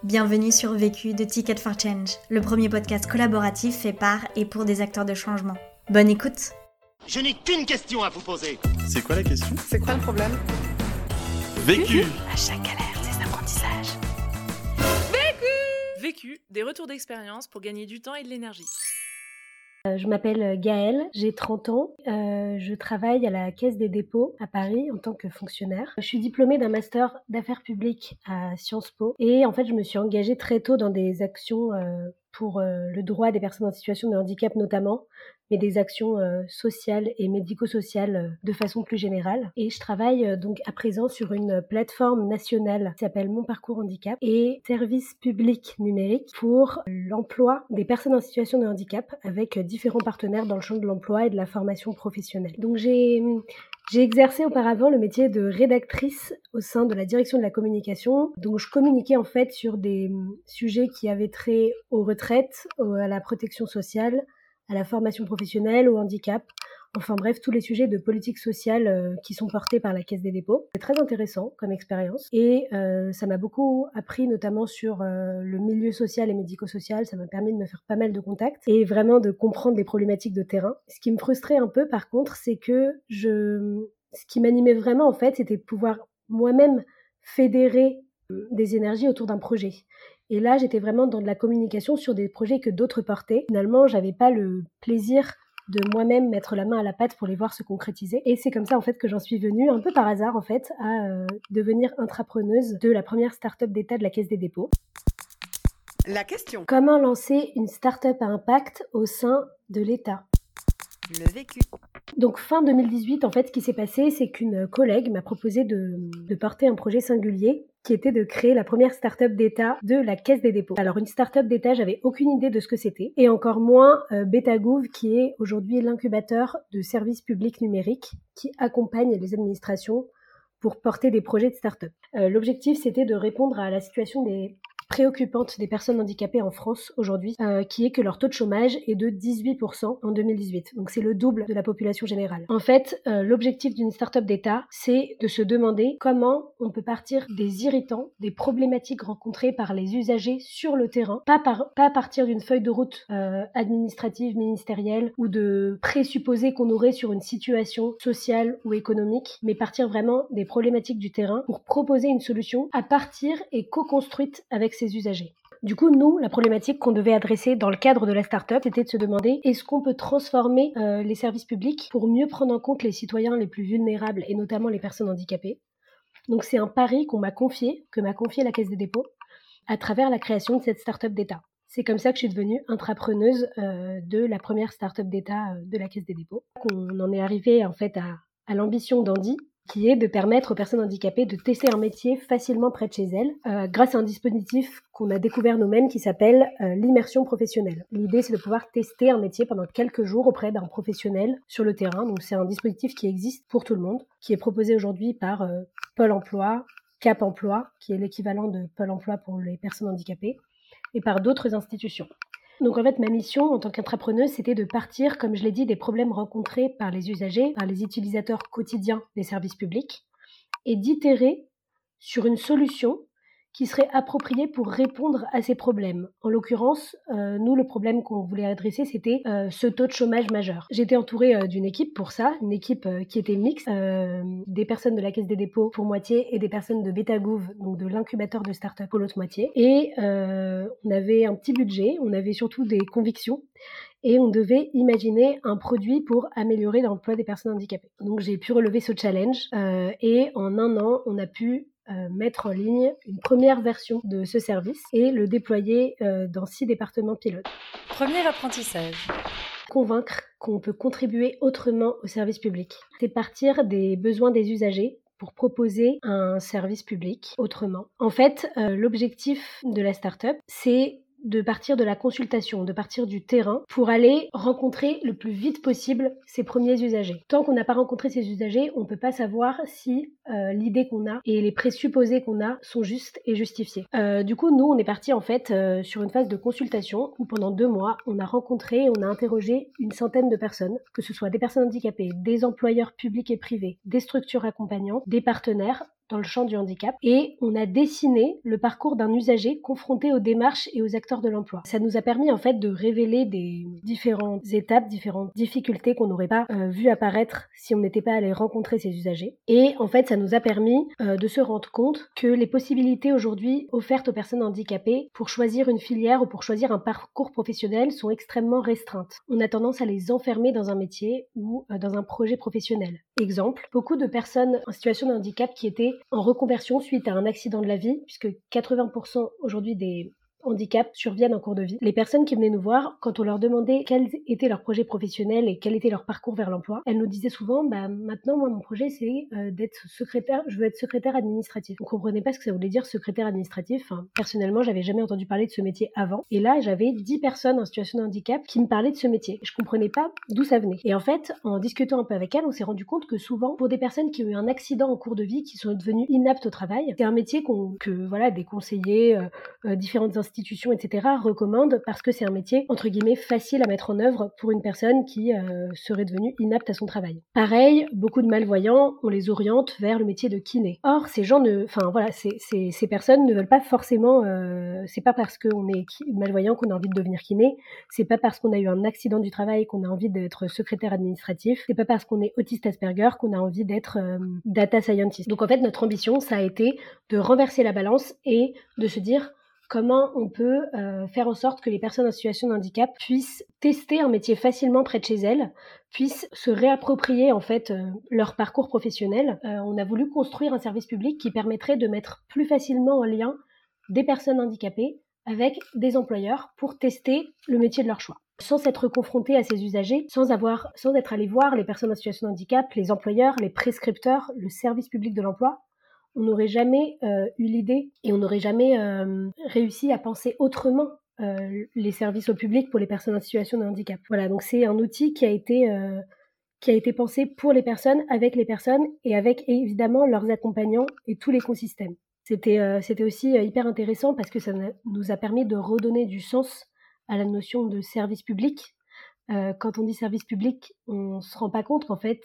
Bienvenue sur Vécu de Ticket for Change, le premier podcast collaboratif fait par et pour des acteurs de changement. Bonne écoute. Je n'ai qu'une question à vous poser. C'est quoi la question ? C'est quoi le problème ? Vécu. À chaque galère, des apprentissages. Vécu, des retours d'expérience pour gagner du temps et de l'énergie. Je m'appelle Gaëlle, j'ai 30 ans, je travaille à la Caisse des dépôts à Paris en tant que fonctionnaire. Je suis diplômée d'un master d'affaires publiques à Sciences Po et en fait je me suis engagée très tôt dans des actions pour le droit des personnes en situation de handicap notamment, mais des actions sociales et médico-sociales de façon plus générale. Et je travaille donc à présent sur une plateforme nationale qui s'appelle Mon Parcours Handicap et service public numérique pour l'emploi des personnes en situation de handicap avec différents partenaires dans le champ de l'emploi et de la formation professionnelle. Donc j'ai exercé auparavant le métier de rédactrice au sein de la direction de la communication. Donc je communiquais en fait sur des sujets qui avaient trait aux retraites, à la protection sociale, à la formation professionnelle, au handicap. Enfin bref, tous les sujets de politique sociale qui sont portés par la Caisse des dépôts. C'est très intéressant comme expérience et ça m'a beaucoup appris notamment sur le milieu social et médico-social. Ça m'a permis de me faire pas mal de contacts et vraiment de comprendre les problématiques de terrain. Ce qui me frustrait un peu par contre, c'est que ce qui m'animait vraiment en fait, c'était de pouvoir moi-même fédérer des énergies autour d'un projet. Et là, j'étais vraiment dans de la communication sur des projets que d'autres portaient. Finalement, j'avais pas le plaisir de moi-même mettre la main à la pâte pour les voir se concrétiser. Et c'est comme ça en fait que j'en suis venue, un peu par hasard en fait, à devenir intrapreneuse de la première start-up d'État de la Caisse des dépôts. La question. Comment lancer une start-up à impact au sein de l'État ? Le vécu. Donc fin 2018, en fait, ce qui s'est passé, c'est qu'une collègue m'a proposé de porter un projet singulier qui était de créer la première start-up d'État de la Caisse des dépôts. Alors une start-up d'État, j'avais aucune idée de ce que c'était, et encore moins Betagouv, qui est aujourd'hui l'incubateur de services publics numériques qui accompagne les administrations pour porter des projets de start-up. L'objectif, c'était de répondre à la situation préoccupante des personnes handicapées en France aujourd'hui, qui est que leur taux de chômage est de 18% en 2018. Donc c'est le double de la population générale. En fait, l'objectif d'une start-up d'État, c'est de se demander comment on peut partir des irritants, des problématiques rencontrées par les usagers sur le terrain, pas partir d'une feuille de route administrative, ministérielle, ou de présupposer qu'on aurait sur une situation sociale ou économique, mais partir vraiment des problématiques du terrain pour proposer une solution à partir et co-construite avec ses usagers. Du coup, nous, la problématique qu'on devait adresser dans le cadre de la start-up, c'était de se demander est-ce qu'on peut transformer les services publics pour mieux prendre en compte les citoyens les plus vulnérables et notamment les personnes handicapées. Donc c'est un pari que m'a confié la Caisse des dépôts à travers la création de cette start-up d'État. C'est comme ça que je suis devenue intrapreneuse de la première start-up d'État de la Caisse des dépôts. On en est arrivé en fait à l'ambition d'Andy, qui est de permettre aux personnes handicapées de tester un métier facilement près de chez elles, grâce à un dispositif qu'on a découvert nous-mêmes qui s'appelle l'immersion professionnelle. L'idée, c'est de pouvoir tester un métier pendant quelques jours auprès d'un professionnel sur le terrain. Donc c'est un dispositif qui existe pour tout le monde, qui est proposé aujourd'hui par Pôle emploi, Cap emploi, qui est l'équivalent de Pôle emploi pour les personnes handicapées, et par d'autres institutions. Donc en fait, ma mission en tant qu'entrepreneuse, c'était de partir, comme je l'ai dit, des problèmes rencontrés par les usagers, par les utilisateurs quotidiens des services publics, et d'itérer sur une solution qui serait appropriée pour répondre à ces problèmes. En l'occurrence, nous, le problème qu'on voulait adresser, c'était ce taux de chômage majeur. J'étais entourée d'une équipe pour ça, une équipe qui était mixte, des personnes de la Caisse des dépôts pour moitié et des personnes de Betagouv, donc de l'incubateur de start-up pour l'autre moitié. Et on avait un petit budget, on avait surtout des convictions, et on devait imaginer un produit pour améliorer l'emploi des personnes handicapées. Donc j'ai pu relever ce challenge et en un an, on a pu mettre en ligne une première version de ce service et le déployer dans 6 départements pilotes. Premier apprentissage. Convaincre qu'on peut contribuer autrement au service public. C'est partir des besoins des usagers pour proposer un service public autrement. En fait, l'objectif de la start-up, c'est de partir de la consultation, de partir du terrain pour aller rencontrer le plus vite possible ces premiers usagers. Tant qu'on n'a pas rencontré ces usagers, on ne peut pas savoir si l'idée qu'on a et les présupposés qu'on a sont justes et justifiés. Du coup, nous, on est parti en fait sur une phase de consultation où pendant 2 mois, on a rencontré, on a interrogé une centaine de personnes, que ce soit des personnes handicapées, des employeurs publics et privés, des structures accompagnantes, des partenaires, dans le champ du handicap et on a dessiné le parcours d'un usager confronté aux démarches et aux acteurs de l'emploi. Ça nous a permis en fait de révéler des différentes étapes, différentes difficultés qu'on n'aurait pas vues apparaître si on n'était pas allé rencontrer ces usagers. Et en fait, ça nous a permis de se rendre compte que les possibilités aujourd'hui offertes aux personnes handicapées pour choisir une filière ou pour choisir un parcours professionnel sont extrêmement restreintes. On a tendance à les enfermer dans un métier ou dans un projet professionnel. Exemple, beaucoup de personnes en situation de handicap qui étaient en reconversion suite à un accident de la vie, puisque 80% aujourd'hui des handicaps surviennent en cours de vie. Les personnes qui venaient nous voir, quand on leur demandait quels étaient leurs projets professionnels et quel était leur parcours vers l'emploi, elles nous disaient souvent maintenant moi mon projet c'est d'être secrétaire, je veux être secrétaire administratif. On comprenait pas ce que ça voulait dire secrétaire administratif. Personnellement, j'avais jamais entendu parler de ce métier avant. Et là, j'avais 10 personnes en situation de handicap qui me parlaient de ce métier. Je comprenais pas d'où ça venait. Et en fait, en discutant un peu avec elles, on s'est rendu compte que souvent, pour des personnes qui ont eu un accident en cours de vie, qui sont devenues inaptes au travail, c'est un métier que des conseillers, différentes institutions, etc. recommandent parce que c'est un métier, entre guillemets, facile à mettre en œuvre pour une personne qui serait devenue inapte à son travail. Pareil, beaucoup de malvoyants, on les oriente vers le métier de kiné. Or, ces gens ces personnes ne veulent pas forcément, c'est pas parce qu'on est malvoyant qu'on a envie de devenir kiné, c'est pas parce qu'on a eu un accident du travail qu'on a envie d'être secrétaire administratif, c'est pas parce qu'on est autiste Asperger qu'on a envie d'être data scientist. Donc en fait, notre ambition, ça a été de renverser la balance et de se dire comment on peut faire en sorte que les personnes en situation de handicap puissent tester un métier facilement près de chez elles, puissent se réapproprier en fait leur parcours professionnel. On a voulu construire un service public qui permettrait de mettre plus facilement en lien des personnes handicapées avec des employeurs pour tester le métier de leur choix. Sans s'être confronté à ces usagers, sans être allé voir les personnes en situation de handicap, les employeurs, les prescripteurs, le service public de l'emploi, on n'aurait jamais eu l'idée et on n'aurait jamais réussi à penser autrement les services au public pour les personnes en situation de handicap. Voilà, donc c'est un outil qui a été pensé pour les personnes, avec les personnes et avec évidemment leurs accompagnants et tout l'écosystème. C'était aussi hyper intéressant parce que ça nous a permis de redonner du sens à la notion de service public. Quand on dit service public, on ne se rend pas compte qu'en fait,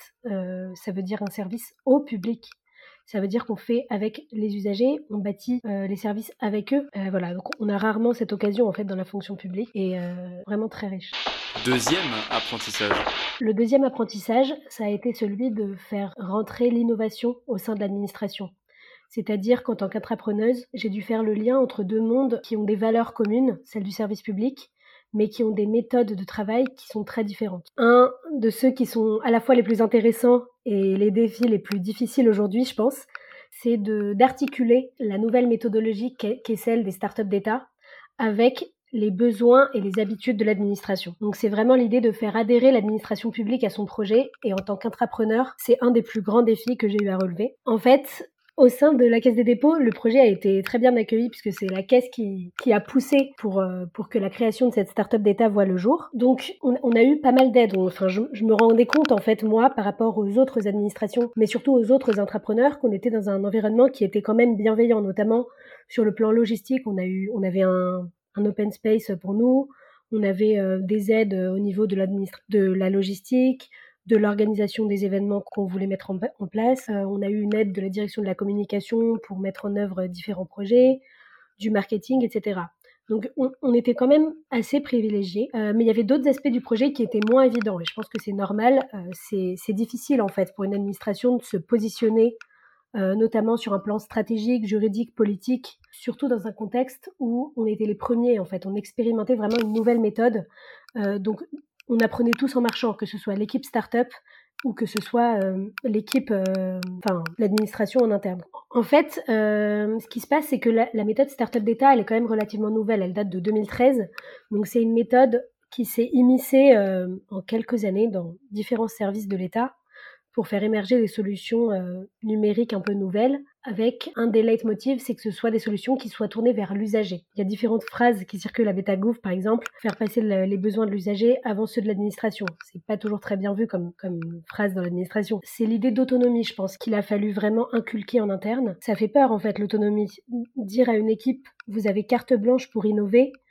ça veut dire un service au public. Ça veut dire qu'on fait avec les usagers, on bâtit les services avec eux. Voilà, donc on a rarement cette occasion en fait dans la fonction publique et vraiment très riche. Deuxième apprentissage. Le deuxième apprentissage, ça a été celui de faire rentrer l'innovation au sein de l'administration. C'est-à-dire qu'en tant qu'entrepreneuse, j'ai dû faire le lien entre deux mondes qui ont des valeurs communes, celles du service public, mais qui ont des méthodes de travail qui sont très différentes. Un de ceux qui sont à la fois les plus intéressants et les défis les plus difficiles aujourd'hui, je pense, c'est d'articuler la nouvelle méthodologie qui est celle des startups d'État avec les besoins et les habitudes de l'administration. Donc c'est vraiment l'idée de faire adhérer l'administration publique à son projet et en tant qu'intrapreneur, c'est un des plus grands défis que j'ai eu à relever. En fait, au sein de la Caisse des dépôts, le projet a été très bien accueilli puisque c'est la Caisse qui a poussé pour que la création de cette start-up d'État voie le jour. Donc, on a eu pas mal d'aide. Enfin, je me rendais compte, en fait, moi, par rapport aux autres administrations, mais surtout aux autres entrepreneurs, qu'on était dans un environnement qui était quand même bienveillant, notamment sur le plan logistique. On avait un open space pour nous. On avait des aides au niveau de la logistique, de l'organisation des événements qu'on voulait mettre en place. On a eu une aide de la direction de la communication pour mettre en œuvre différents projets, du marketing, etc. Donc on était quand même assez privilégiés, mais il y avait d'autres aspects du projet qui étaient moins évidents et je pense que c'est normal. C'est difficile en fait pour une administration de se positionner notamment sur un plan stratégique, juridique, politique, surtout dans un contexte où on était les premiers en fait, on expérimentait vraiment une nouvelle méthode. Donc on apprenait tous en marchant, que ce soit l'équipe start-up ou que ce soit l'équipe, l'administration en interne. En fait, ce qui se passe, c'est que la méthode start-up d'État, elle est quand même relativement nouvelle. Elle date de 2013. Donc, c'est une méthode qui s'est immiscée en quelques années dans différents services de l'État pour faire émerger des solutions numériques un peu nouvelles, avec un des leitmotivs, c'est que ce soit des solutions qui soient tournées vers l'usager. Il y a différentes phrases qui circulent à BetaGouv, par exemple, faire passer les besoins de l'usager avant ceux de l'administration. C'est pas toujours très bien vu comme phrase dans l'administration. C'est l'idée d'autonomie, je pense, qu'il a fallu vraiment inculquer en interne. Ça fait peur, en fait, l'autonomie. Dire à une équipe, vous avez carte blanche pour innover,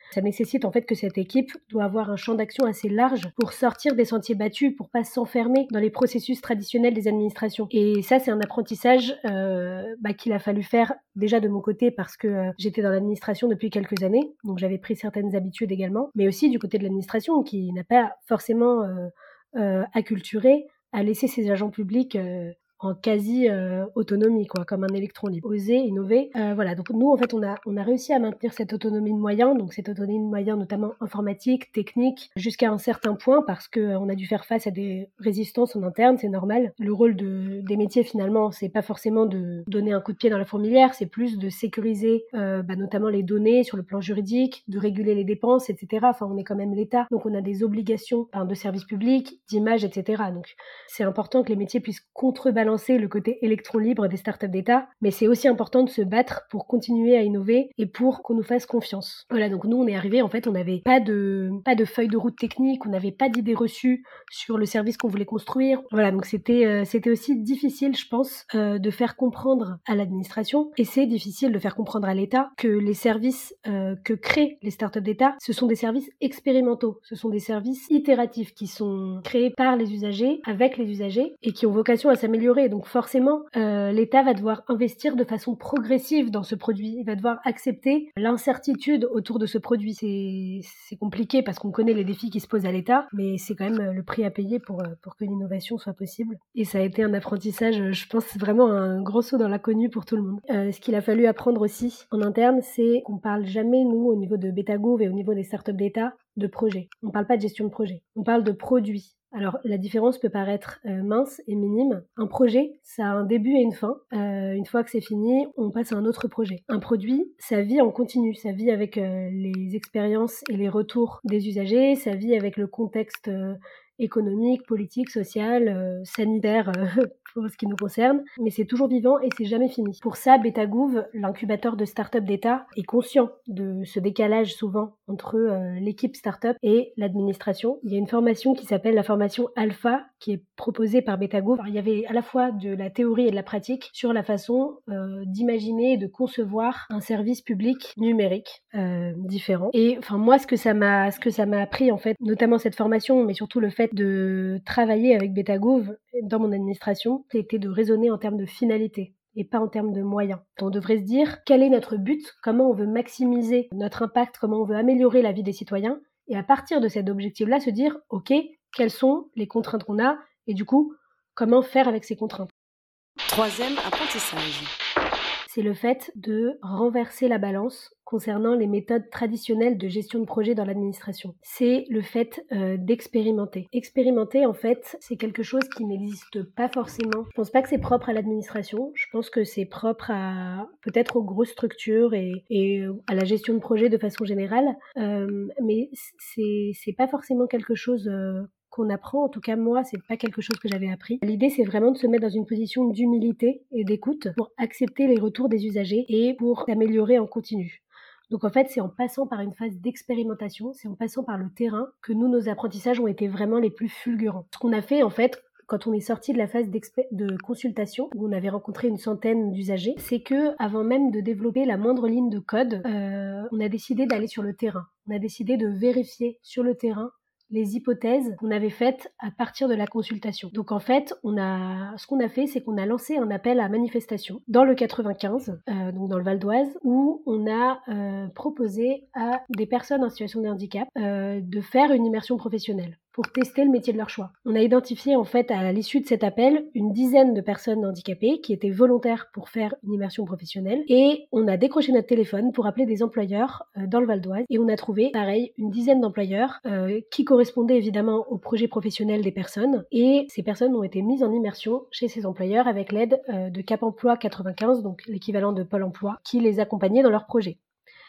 Ça nécessite en fait que cette équipe doit avoir un champ d'action assez large pour sortir des sentiers battus, pour pas s'enfermer dans les processus traditionnels des administrations. Et ça, c'est un apprentissage qu'il a fallu faire déjà de mon côté parce que j'étais dans l'administration depuis quelques années, donc j'avais pris certaines habitudes également, mais aussi du côté de l'administration qui n'a pas forcément acculturé à laisser ses agents publics en quasi autonomie, quoi, comme un électron libre. Oser, innover, voilà. Donc nous, en fait, on a réussi à maintenir cette autonomie de moyens, donc cette autonomie de moyens notamment informatique, technique, jusqu'à un certain point, parce que on a dû faire face à des résistances en interne, c'est normal. Le rôle des métiers, finalement, c'est pas forcément de donner un coup de pied dans la fourmilière, c'est plus de sécuriser notamment les données sur le plan juridique, de réguler les dépenses, etc. Enfin, on est quand même l'État, donc on a des obligations de service public, d'image, etc. Donc c'est important que les métiers puissent contrebalancer le côté électron libre des startups d'État, mais c'est aussi important de se battre pour continuer à innover et pour qu'on nous fasse confiance. Voilà, donc nous on est arrivés, en fait on n'avait pas de feuille de route technique, on n'avait pas d'idées reçues sur le service qu'on voulait construire. Voilà, donc c'était aussi difficile, je pense, de faire comprendre à l'administration, et c'est difficile de faire comprendre à l'État que les services que créent les startups d'État, ce sont des services expérimentaux, ce sont des services itératifs qui sont créés par les usagers, avec les usagers, et qui ont vocation à s'améliorer. Donc forcément, l'État va devoir investir de façon progressive dans ce produit. Il va devoir accepter l'incertitude autour de ce produit. C'est compliqué parce qu'on connaît les défis qui se posent à l'État, mais c'est quand même le prix à payer pour que l'innovation soit possible. Et ça a été un apprentissage, je pense, vraiment un gros saut dans l'inconnu pour tout le monde. Ce qu'il a fallu apprendre aussi en interne, c'est qu'on parle jamais, nous, au niveau de Betagouv et au niveau des startups d'État, de projet. On parle pas de gestion de projet. On parle de produit. Alors, la différence peut paraître mince et minime. Un projet, ça a un début et une fin. Une fois que c'est fini, on passe à un autre projet. Un produit, ça vit en continu. Ça vit avec les expériences et les retours des usagers. Ça vit avec le contexte économique, politique, social, sanitaire, pour ce qui nous concerne. Mais c'est toujours vivant et c'est jamais fini. Pour ça, Betagouv, l'incubateur de start-up d'État, est conscient de ce décalage souvent entre l'équipe start-up et l'administration. Il y a une formation qui s'appelle la formation Alpha, qui est proposée par Betagouv. Il y avait à la fois de la théorie et de la pratique sur la façon d'imaginer et de concevoir un service public numérique différent. Et enfin moi, ce que ça m'a appris en fait, notamment cette formation, mais surtout le fait de travailler avec Betagouv dans mon administration, c'était de raisonner en termes de finalité et pas en termes de moyens. On devrait se dire quel est notre but, comment on veut maximiser notre impact, comment on veut améliorer la vie des citoyens, et à partir de cet objectif-là, se dire ok, quelles sont les contraintes qu'on a, et du coup, comment faire avec ces contraintes. Troisième apprentissage. C'est le fait de renverser la balance concernant les méthodes traditionnelles de gestion de projet dans l'administration. C'est le fait d'expérimenter. Expérimenter, en fait, c'est quelque chose qui n'existe pas forcément. Je pense pas que c'est propre à l'administration. Je pense que c'est propre à peut-être aux grosses structures et à la gestion de projet de façon générale. Mais c'est pas forcément quelque chose qu'on apprend. En tout cas, moi, c'est pas quelque chose que j'avais appris. L'idée, c'est vraiment de se mettre dans une position d'humilité et d'écoute pour accepter les retours des usagers et pour s'améliorer en continu. Donc en fait, c'est en passant par une phase d'expérimentation, c'est en passant par le terrain que nos apprentissages ont été vraiment les plus fulgurants. Ce qu'on a fait, en fait, quand on est sorti de la phase de consultation, où on avait rencontré une centaine d'usagers, c'est que avant même de développer la moindre ligne de code, on a décidé d'aller sur le terrain. On a décidé de vérifier sur le terrain les hypothèses qu'on avait faites à partir de la consultation. Donc en fait, ce qu'on a fait, c'est qu'on a lancé un appel à manifestation dans le 95, donc dans le Val d'Oise, où on a proposé à des personnes en situation de handicap de faire une immersion professionnelle pour tester le métier de leur choix. On a identifié en fait à l'issue de cet appel une dizaine de personnes handicapées qui étaient volontaires pour faire une immersion professionnelle, et on a décroché notre téléphone pour appeler des employeurs dans le Val d'Oise, et on a trouvé pareil une dizaine d'employeurs qui correspondaient évidemment au projet professionnel des personnes, et ces personnes ont été mises en immersion chez ces employeurs avec l'aide de Cap Emploi 95, donc l'équivalent de Pôle Emploi, qui les accompagnait dans leur projet.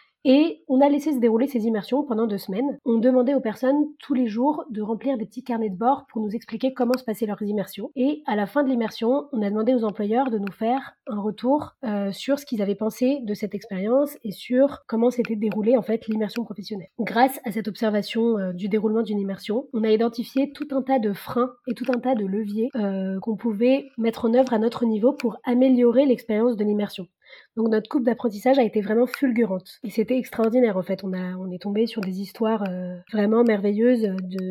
Et on a laissé se dérouler ces immersions pendant 2 semaines. On demandait aux personnes tous les jours de remplir des petits carnets de bord pour nous expliquer comment se passaient leurs immersions. Et à la fin de l'immersion, on a demandé aux employeurs de nous faire un retour sur ce qu'ils avaient pensé de cette expérience et sur comment s'était déroulée en fait l'immersion professionnelle. Grâce à cette observation du déroulement d'une immersion, on a identifié tout un tas de freins et tout un tas de leviers qu'on pouvait mettre en œuvre à notre niveau pour améliorer l'expérience de l'immersion. Donc notre courbe d'apprentissage a été vraiment fulgurante. Et c'était extraordinaire en fait. On est tombé sur des histoires vraiment merveilleuses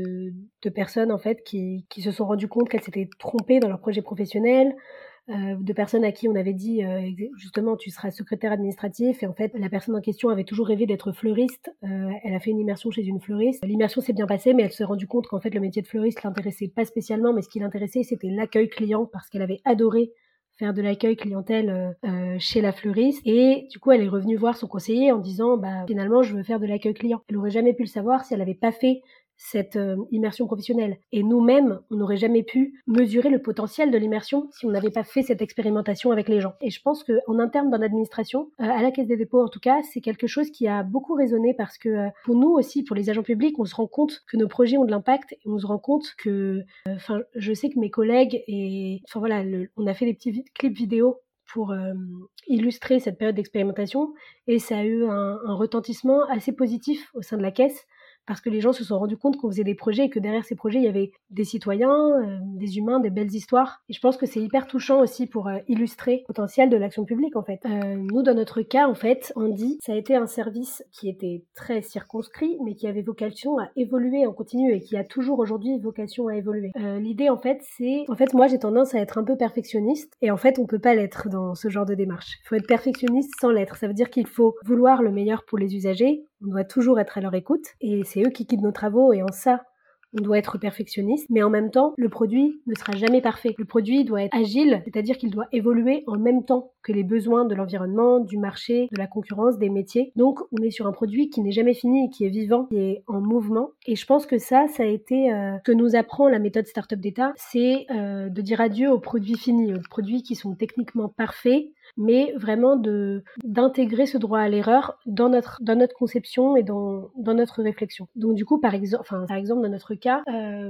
de personnes en fait qui se sont rendues compte qu'elles s'étaient trompées dans leur projet professionnel, de personnes à qui on avait dit justement tu seras secrétaire administratif, et en fait la personne en question avait toujours rêvé d'être fleuriste. Elle a fait une immersion chez une fleuriste. L'immersion s'est bien passée, mais elle s'est rendue compte qu'en fait le métier de fleuriste l'intéressait pas spécialement, mais ce qui l'intéressait c'était l'accueil client, parce qu'elle avait adoré faire de l'accueil clientèle chez la fleuriste. Et du coup elle est revenue voir son conseiller en disant finalement je veux faire de l'accueil client. Elle aurait jamais pu le savoir si elle avait pas fait cette immersion professionnelle. Et nous-mêmes, on n'aurait jamais pu mesurer le potentiel de l'immersion si on n'avait pas fait cette expérimentation avec les gens. Et je pense qu'en interne dans l'administration, à la Caisse des dépôts en tout cas, c'est quelque chose qui a beaucoup résonné, parce que pour nous aussi, pour les agents publics, on se rend compte que nos projets ont de l'impact, et on se rend compte que, je sais que mes collègues on a fait des petits clips vidéo pour illustrer cette période d'expérimentation, et ça a eu un retentissement assez positif au sein de la caisse, parce que les gens se sont rendus compte qu'on faisait des projets et que derrière ces projets, il y avait des citoyens, des humains, des belles histoires. Et je pense que c'est hyper touchant aussi pour illustrer le potentiel de l'action publique, en fait. Nous, dans notre cas, en fait, Andy, ça a été un service qui était très circonscrit, mais qui avait vocation à évoluer en continu et qui a toujours aujourd'hui vocation à évoluer. L'idée, en fait, c'est... En fait, moi, j'ai tendance à être un peu perfectionniste, et en fait, on peut pas l'être dans ce genre de démarche. Il faut être perfectionniste sans l'être. Ça veut dire qu'il faut vouloir le meilleur pour les usagers. On doit toujours être à leur écoute, et c'est eux qui guident nos travaux, et en ça, on doit être perfectionniste. Mais en même temps, le produit ne sera jamais parfait. Le produit doit être agile, c'est-à-dire qu'il doit évoluer en même temps que les besoins de l'environnement, du marché, de la concurrence, des métiers. Donc, on est sur un produit qui n'est jamais fini, qui est vivant, qui est en mouvement. Et je pense que ça a été ce que nous apprend la méthode Startup Data, c'est de dire adieu aux produits finis, aux produits qui sont techniquement parfaits, mais vraiment d'intégrer ce droit à l'erreur dans notre conception et dans notre réflexion. Donc du coup, par exemple dans notre cas,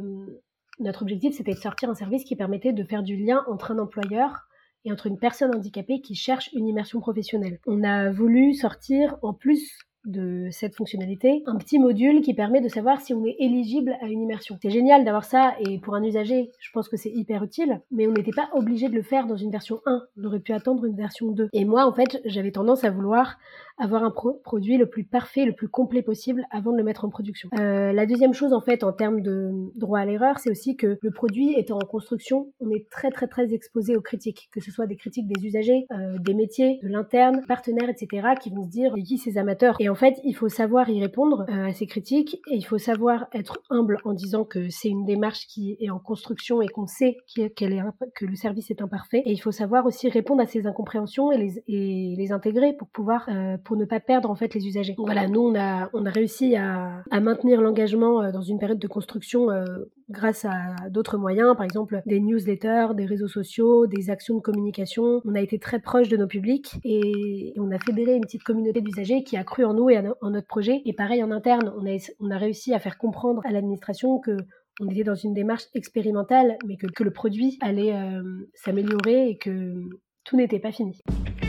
notre objectif c'était de sortir un service qui permettait de faire du lien entre un employeur et entre une personne handicapée qui cherche une immersion professionnelle. On a voulu sortir, en plus de cette fonctionnalité, un petit module qui permet de savoir si on est éligible à une immersion. C'est génial d'avoir ça, et pour un usager, je pense que c'est hyper utile, mais on n'était pas obligé de le faire dans une version 1. On aurait pu attendre une version 2. Et moi, en fait, j'avais tendance à vouloir avoir un produit le plus parfait, le plus complet possible avant de le mettre en production. La deuxième chose, en fait, en termes de droit à l'erreur, c'est aussi que le produit étant en construction, on est très très très exposé aux critiques, que ce soit des critiques des usagers, des métiers, de l'interne, partenaires, etc., qui vont se dire « qui ces amateurs ?» Et en fait, il faut savoir y répondre à ces critiques, et il faut savoir être humble en disant que c'est une démarche qui est en construction et qu'on sait que le service est imparfait, et il faut savoir aussi répondre à ces incompréhensions et les intégrer pour pouvoir pour ne pas perdre en fait les usagers. Donc voilà, nous on a réussi à maintenir l'engagement dans une période de construction grâce à d'autres moyens, par exemple des newsletters, des réseaux sociaux, des actions de communication. On a été très proche de nos publics, et on a fédéré une petite communauté d'usagers qui a cru en nous et en notre projet. Et pareil en interne, on a réussi à faire comprendre à l'administration que on était dans une démarche expérimentale, mais que le produit allait s'améliorer et que tout n'était pas fini.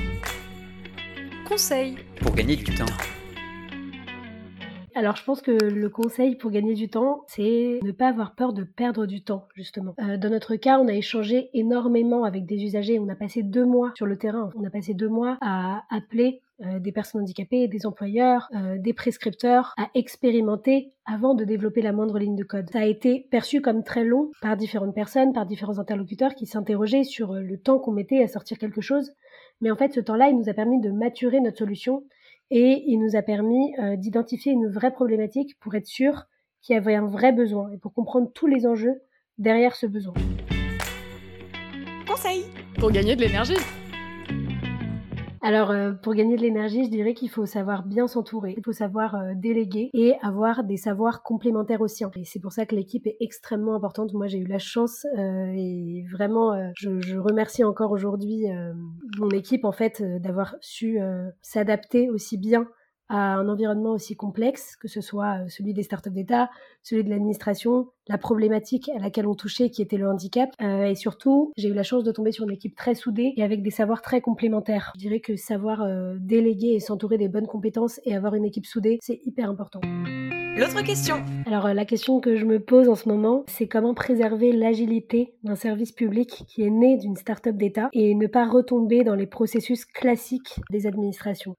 Conseil pour gagner du temps. Alors, je pense que le conseil pour gagner du temps, c'est ne pas avoir peur de perdre du temps, justement. Dans notre cas, on a échangé énormément avec des usagers. On a passé 2 mois sur le terrain. On a passé 2 mois à appeler des personnes handicapées, des employeurs, des prescripteurs, à expérimenter avant de développer la moindre ligne de code. Ça a été perçu comme très long par différentes personnes, par différents interlocuteurs qui s'interrogeaient sur le temps qu'on mettait à sortir quelque chose. Mais en fait, ce temps-là, il nous a permis de maturer notre solution, et il nous a permis d'identifier une vraie problématique pour être sûr qu'il y avait un vrai besoin et pour comprendre tous les enjeux derrière ce besoin. Conseil pour gagner de l'énergie. Alors, pour gagner de l'énergie, je dirais qu'il faut savoir bien s'entourer, il faut savoir déléguer et avoir des savoirs complémentaires aussi. Et c'est pour ça que l'équipe est extrêmement importante. Moi, j'ai eu la chance et vraiment, je remercie encore aujourd'hui mon équipe en fait d'avoir su s'adapter aussi bien à un environnement aussi complexe, que ce soit celui des startups d'État, celui de l'administration, la problématique à laquelle on touchait qui était le handicap. Et surtout, j'ai eu la chance de tomber sur une équipe très soudée et avec des savoirs très complémentaires. Je dirais que savoir déléguer et s'entourer des bonnes compétences et avoir une équipe soudée, c'est hyper important. L'autre question. Alors la question que je me pose en ce moment, c'est comment préserver l'agilité d'un service public qui est né d'une start-up d'État et ne pas retomber dans les processus classiques des administrations.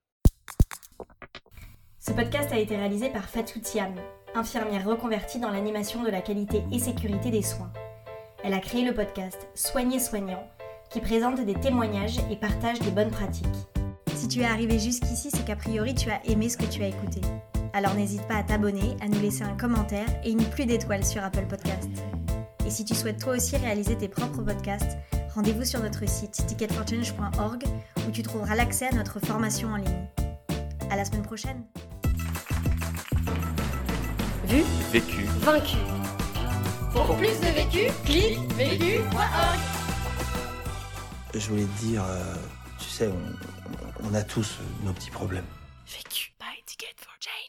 Ce podcast a été réalisé par Fatou Thiam, infirmière reconvertie dans l'animation de la qualité et sécurité des soins. Elle a créé le podcast Soigner Soignant, qui présente des témoignages et partage des bonnes pratiques. Si tu es arrivé jusqu'ici, c'est qu'a priori tu as aimé ce que tu as écouté. Alors n'hésite pas à t'abonner, à nous laisser un commentaire et une pluie d'étoiles sur Apple Podcasts. Et si tu souhaites toi aussi réaliser tes propres podcasts, rendez-vous sur notre site ticketforchange.org où tu trouveras l'accès à notre formation en ligne. À la semaine prochaine. Vu, Vécu. vaincu. Pour plus de vécu, clique vécu.org. Je voulais te dire, tu sais, on a tous nos petits problèmes. Vécu. Buy ticket for change.